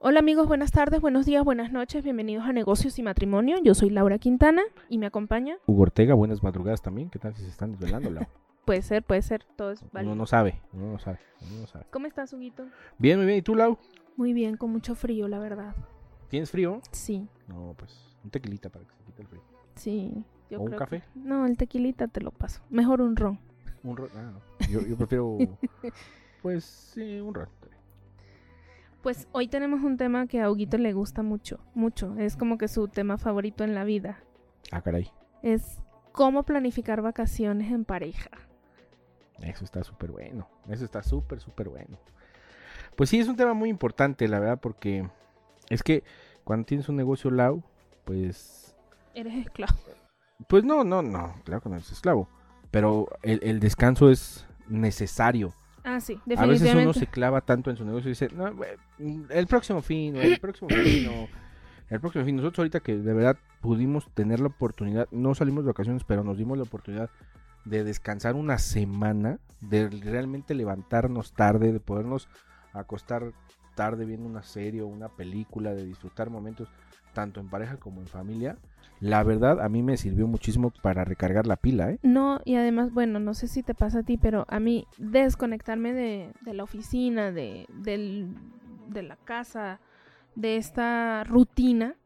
Hola amigos, buenas tardes, buenos días, buenas noches, bienvenidos a Negocios y Matrimonio. Yo soy Laura Quintana y me acompaña. Hugo Ortega, buenas madrugadas también. ¿Qué tal si se están desvelando, Lau? Puede ser, todo es válido. Uno no sabe. ¿Cómo estás, Huguito? Bien, muy bien. ¿Y tú, Lau? Muy bien, con mucho frío, la verdad. ¿Tienes frío? Sí, No, pues un tequilita para que se quite el frío. sí. ¿O un café? No, el tequilita te lo paso. Mejor un ron. No. Yo prefiero, pues, sí, un ron. Pues hoy tenemos un tema que a Huguito le gusta mucho, mucho. Es como que su tema favorito en la vida. Ah, caray. Es cómo planificar vacaciones en pareja. Eso está súper bueno. Eso está súper bueno. Pues sí, es un tema muy importante, la verdad, porque es que cuando tienes un negocio, Lau, pues... Eres esclavo. Pues no, claro que no eres esclavo. Pero el descanso es necesario. Ah, sí, A definitivamente. veces uno se clava tanto en su negocio y dice, no, el próximo fin, el próximo fin. Nosotros ahorita que de verdad pudimos tener la oportunidad, no salimos de vacaciones, pero nos dimos la oportunidad de descansar una semana, de realmente levantarnos tarde, de podernos acostar tarde viendo una serie o una película, de disfrutar momentos tanto en pareja como en familia. La verdad, a mí me sirvió muchísimo para recargar la pila, ¿eh? No, y además, bueno, no sé si te pasa a ti, pero a mí desconectarme de la oficina, de la casa, de esta rutina,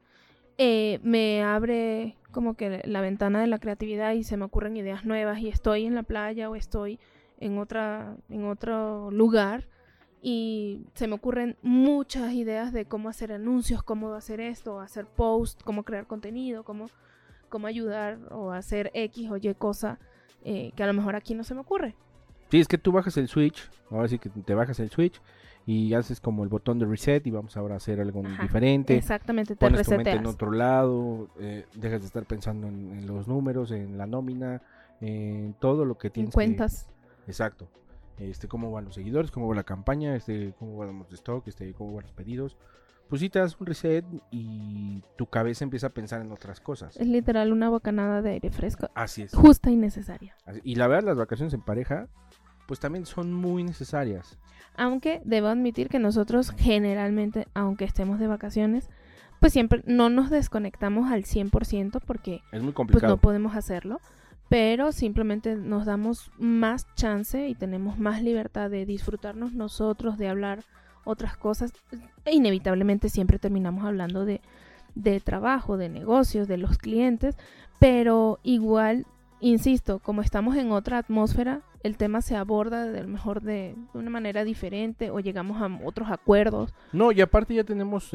me abre como que la ventana de la creatividad y se me ocurren ideas nuevas y estoy en la playa o estoy en otro lugar y se me ocurren muchas ideas de cómo hacer anuncios, cómo hacer esto, hacer post, cómo crear contenido, cómo ayudar o hacer X o Y cosa que a lo mejor aquí no se me ocurre. Sí, es que tú bajas el switch, ahora sí que te bajas el switch y haces como el botón de reset y vamos ahora a hacer algo diferente. Exactamente, te pones tu mente reseteas. en otro lado, dejas de estar pensando en los números, en la nómina, en todo lo que tienes. En cuentas. Exacto. Cómo van los seguidores, cómo va la campaña, cómo vamos de stock, cómo van los pedidos. Pues sí te das un reset y tu cabeza empieza a pensar en otras cosas. Es literal una bocanada de aire fresco. Así es. Justa y necesaria. Y la verdad, las vacaciones en pareja, pues también son muy necesarias. Aunque debo admitir que nosotros generalmente, aunque estemos de vacaciones, pues siempre no nos desconectamos al 100% porque es muy pues complicado. no podemos hacerlo. Pero simplemente nos damos más chance y tenemos más libertad de disfrutarnos nosotros, de hablar otras cosas. E inevitablemente siempre terminamos hablando de trabajo, de negocios, de los clientes, pero igual, insisto, como estamos en otra atmósfera, el tema se aborda de una manera diferente o llegamos a otros acuerdos. No, y aparte ya tenemos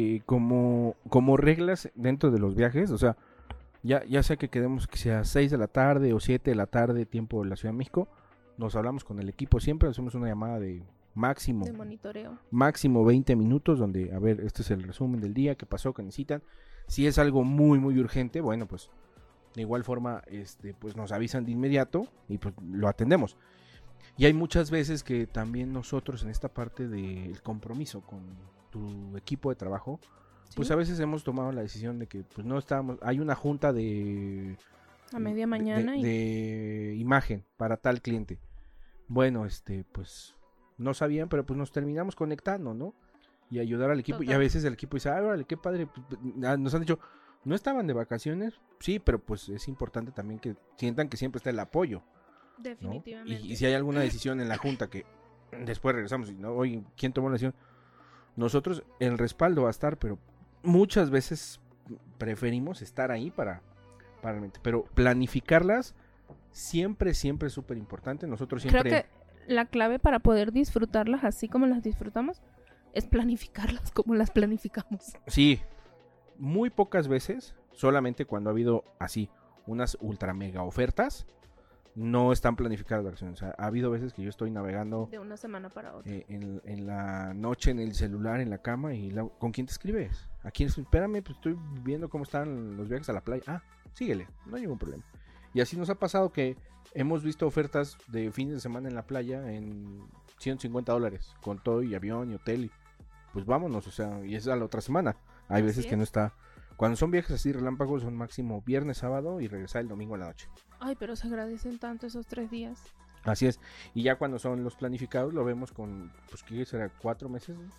como reglas dentro de los viajes, o sea, ya sea que quedemos que sea 6 de la tarde o 7 de la tarde, tiempo de la Ciudad de México, nos hablamos con el equipo siempre, hacemos una llamada de máximo. De monitoreo. Máximo 20 minutos donde, a ver, este es el resumen del día, qué pasó, qué necesitan. Si es algo muy, muy urgente, bueno, pues de igual forma, pues nos avisan de inmediato y pues lo atendemos. Y hay muchas veces que también nosotros en esta parte del compromiso con tu equipo de trabajo, pues a veces hemos tomado la decisión de que pues no estábamos, hay una junta a media mañana de imagen para tal cliente. Bueno, pues no sabían, pero pues nos terminamos conectando, ¿no? Y ayudar al equipo. Total. Y a veces el equipo dice, órale, qué padre. Nos han dicho, no estaban de vacaciones, sí, pero pues es importante también que sientan que siempre está el apoyo. Definitivamente. ¿No? Y si hay alguna decisión en la junta que después regresamos y no, oye, ¿quién tomó la decisión? Nosotros, el respaldo va a estar, pero muchas veces preferimos estar ahí pero planificarlas siempre es súper importante. Nosotros siempre... Creo que la clave para poder disfrutarlas así como las disfrutamos es planificarlas como las planificamos. Sí, muy pocas veces, solamente cuando ha habido así unas ultra mega ofertas, no están planificadas las acciones. O sea, ha habido veces que yo estoy navegando de una semana para otra en la noche en el celular, en la cama, y ¿con quién te escribes? ¿A quién? Espérame, pues estoy viendo cómo están los viajes a la playa. Ah, síguele, no hay ningún problema. Y así nos ha pasado que hemos visto ofertas de fines de semana en la playa en $150 con todo y avión y hotel. Y pues vámonos, o sea, y es a la otra semana. Hay veces que no está. Cuando son viajes así relámpagos, son máximo viernes, sábado y regresar el domingo a la noche. Ay, pero se agradecen tanto esos 3 días. Así es. Y ya cuando son los planificados, lo vemos con, pues, ¿qué será? 4 meses.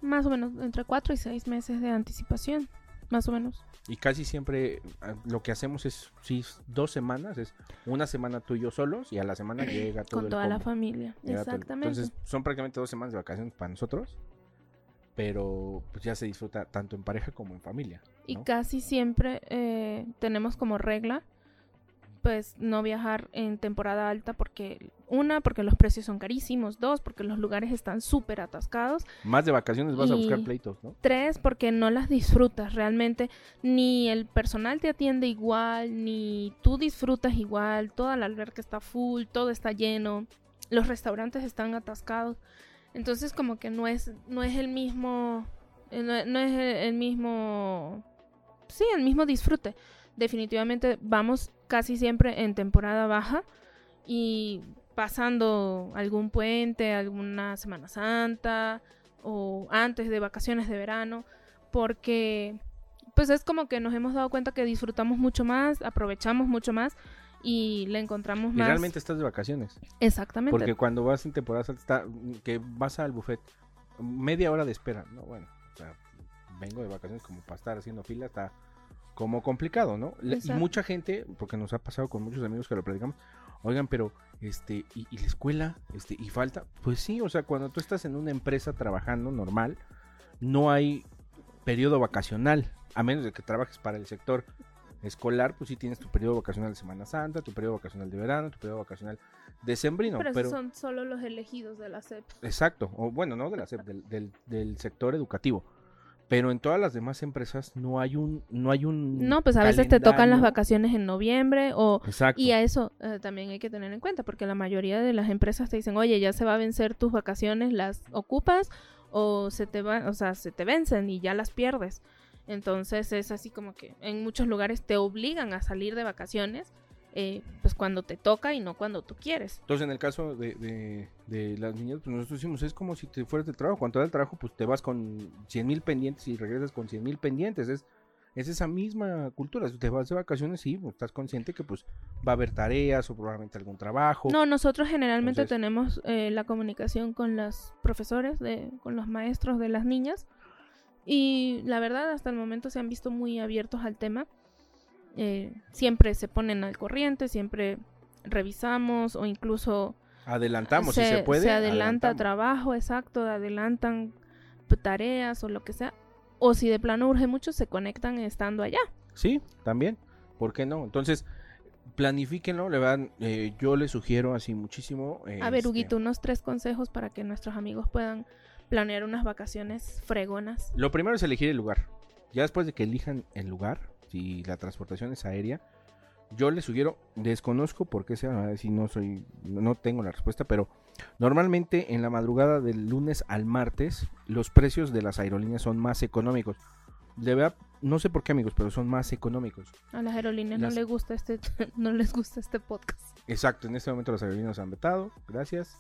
más o menos entre 4 y 6 meses de anticipación, más o menos. Y casi siempre lo que hacemos es, sí, 2 semanas, es una semana tú y yo solos y a la semana llega todo Con el toda la combo. familia, exactamente. Entonces son prácticamente 2 semanas de vacaciones para nosotros, pero pues ya se disfruta tanto en pareja como en familia, ¿no? Y casi siempre tenemos como regla pues no viajar en temporada alta porque los precios son carísimos, 2, porque los lugares están súper atascados. Más de vacaciones vas a buscar Y pleitos, ¿no? 3, porque no las disfrutas realmente, ni el personal te atiende igual, ni tú disfrutas igual, toda la alberca está full, todo está lleno, los restaurantes están atascados, entonces como que no es el mismo, no es el mismo, sí, el mismo disfrute. Definitivamente vamos casi siempre en temporada baja y pasando algún puente, alguna Semana Santa o antes de vacaciones de verano, porque pues es como que nos hemos dado cuenta que disfrutamos mucho más, aprovechamos mucho más y le encontramos Y más. realmente estás de vacaciones. Exactamente. Porque cuando vas en temporada alta, que vas al buffet, media hora de espera, ¿no? Bueno, o sea, vengo de vacaciones como para estar haciendo fila, está como complicado, ¿no? Y mucha gente, porque nos ha pasado con muchos amigos que lo platicamos, oigan, pero y la escuela, y falta, pues sí, o sea, cuando tú estás en una empresa trabajando normal, no hay periodo vacacional, a menos de que trabajes para el sector escolar, pues sí tienes tu periodo vacacional de Semana Santa, tu periodo vacacional de verano, tu periodo vacacional decembrino. Pero son solo los elegidos de la SEP. Exacto, o bueno, no de la SEP, del sector educativo. Pero en todas las demás empresas no hay un No, pues a veces te tocan las vacaciones en noviembre Exacto. Y a eso también hay que tener en cuenta, porque la mayoría de las empresas te dicen, oye, ya se va a vencer tus vacaciones, ¿las ocupas? O se te vencen y ya las pierdes. Entonces es así como que en muchos lugares te obligan a salir de vacaciones, pues cuando te toca y no cuando tú quieres. Entonces en el caso de las niñas, pues nosotros decimos, es como si te fueras de trabajo. Cuando te das el trabajo, pues te vas con 100,000 pendientes y regresas con 100,000 pendientes. Es esa misma cultura. Si te vas de vacaciones, sí, pues, estás consciente que pues va a haber tareas o probablemente algún trabajo. No, nosotros generalmente tenemos la comunicación con los profesores, con los maestros de las niñas. Y la verdad, hasta el momento se han visto muy abiertos al tema. Siempre se ponen al corriente, siempre revisamos o incluso adelantamos si se puede. Se adelanta trabajo, exacto, adelantan tareas o lo que sea. O si de plano urge mucho, se conectan estando allá. Sí, también. ¿Por qué no? Entonces, planifíquenlo, yo les sugiero así muchísimo. A ver, Huguito, unos 3 consejos para que nuestros amigos puedan planear unas vacaciones fregonas. Lo primero es elegir el lugar. Ya después de que elijan el lugar, si la transportación es aérea, yo les sugiero, desconozco por qué sea, si no tengo la respuesta, pero normalmente en la madrugada del lunes al martes los precios de las aerolíneas son más económicos. De verdad, no sé por qué, amigos, pero son más económicos. A las aerolíneas no les gusta este podcast. Exacto, en este momento las aerolíneas han vetado, gracias.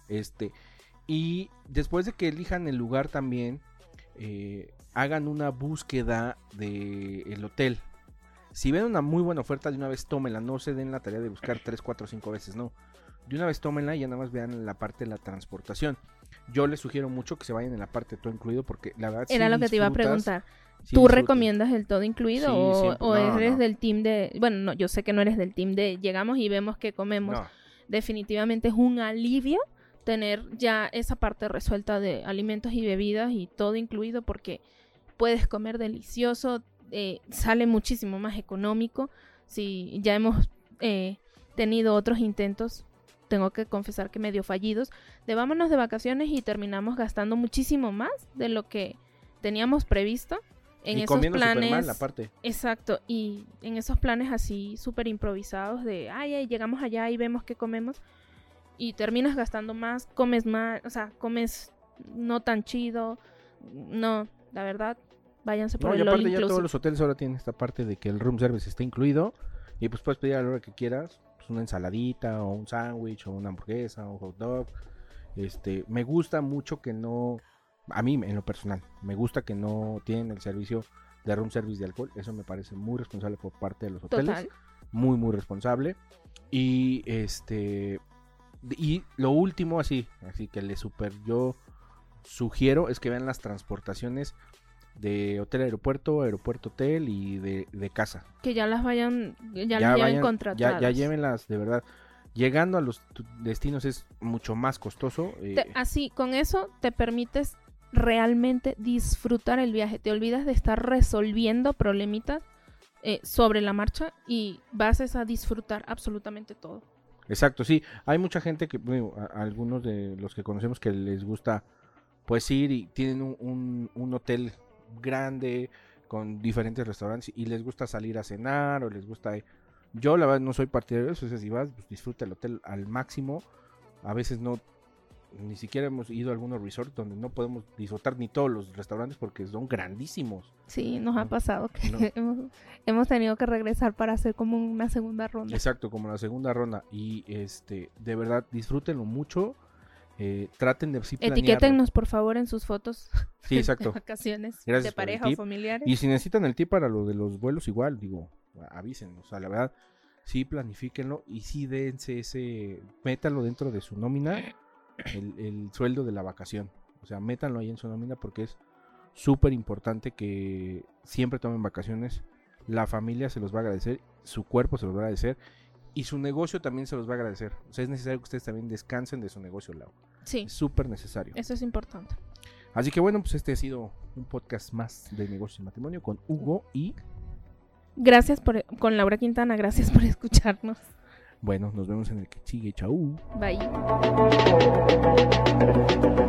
Y después de que elijan el lugar también, hagan una búsqueda del hotel. Si ven una muy buena oferta, de una vez tómenla, no se den la tarea de buscar 3, 4, 5 veces, no. De una vez tómenla y ya nada más vean la parte de la transportación. Yo les sugiero mucho que se vayan en la parte de todo incluido porque la verdad era lo que te iba a preguntar. Sí, ¿Tú recomiendas el todo incluido sí, o eres del team de... Bueno, no, yo sé que no eres del team de llegamos y vemos que comemos. No. Definitivamente es un alivio tener ya esa parte resuelta de alimentos y bebidas y todo incluido porque puedes comer delicioso, sale muchísimo más económico. Si ya hemos tenido otros intentos, tengo que confesar que medio fallidos, de vámonos de vacaciones y terminamos gastando muchísimo más de lo que teníamos previsto en esos planes. Mal, aparte. Exacto, y en esos planes así súper improvisados de llegamos allá y vemos qué comemos y terminas gastando más, comes más, o sea, comes no tan chido. No, la verdad, váyanse por el all inclusive. Ya todos los hoteles ahora tienen esta parte de que el room service está incluido y pues puedes pedir a la hora que quieras, pues una ensaladita o un sándwich o una hamburguesa o un hot dog. Me gusta mucho que no, a mí en lo personal, me gusta que no tienen el servicio de room service de alcohol. Eso me parece muy responsable por parte de los hoteles. Total. Muy, muy responsable. Y y lo último, así que yo sugiero es que vean las transportaciones de hotel-aeropuerto, aeropuerto-hotel y de casa. Que ya las lleven contratadas. Ya llévenlas, de verdad. Llegando a los destinos es mucho más costoso. Así, con eso te permites realmente disfrutar el viaje. Te olvidas de estar resolviendo problemitas sobre la marcha y vas a disfrutar absolutamente todo. Exacto, sí. Hay mucha gente que, bueno, algunos de los que conocemos que les gusta pues ir y tienen un hotel grande con diferentes restaurantes y les gusta salir a cenar o les gusta... Yo la verdad no soy partidario de eso, o sea, si vas, pues disfruta el hotel al máximo. A veces ni siquiera hemos ido a algunos resorts donde no podemos disfrutar ni todos los restaurantes porque son grandísimos. Sí, nos ha pasado que hemos tenido que regresar para hacer como una segunda ronda. Exacto, como la segunda ronda. Y de verdad, disfrútenlo mucho. Traten de sí planearlo. Etiquétennos por favor en sus fotos. Sí, exacto. De vacaciones. Gracias de pareja o familiares. Y si necesitan el tip para lo de los vuelos, igual, digo, avisen. O sea, la verdad, sí planifíquenlo y sí dense métanlo dentro de su nómina, el sueldo de la vacación. O sea, métanlo ahí en su nómina porque es súper importante que siempre tomen vacaciones. La familia se los va a agradecer, su cuerpo se los va a agradecer. Y su negocio también se los va a agradecer. O sea, es necesario que ustedes también descansen de su negocio, Lau. Sí. Es súper necesario. Eso es importante. Así que bueno, pues este ha sido un podcast más de negocios y matrimonio con Hugo y... Gracias con Laura Quintana. Gracias por escucharnos. Bueno, nos vemos en el que sigue. Chau. Bye.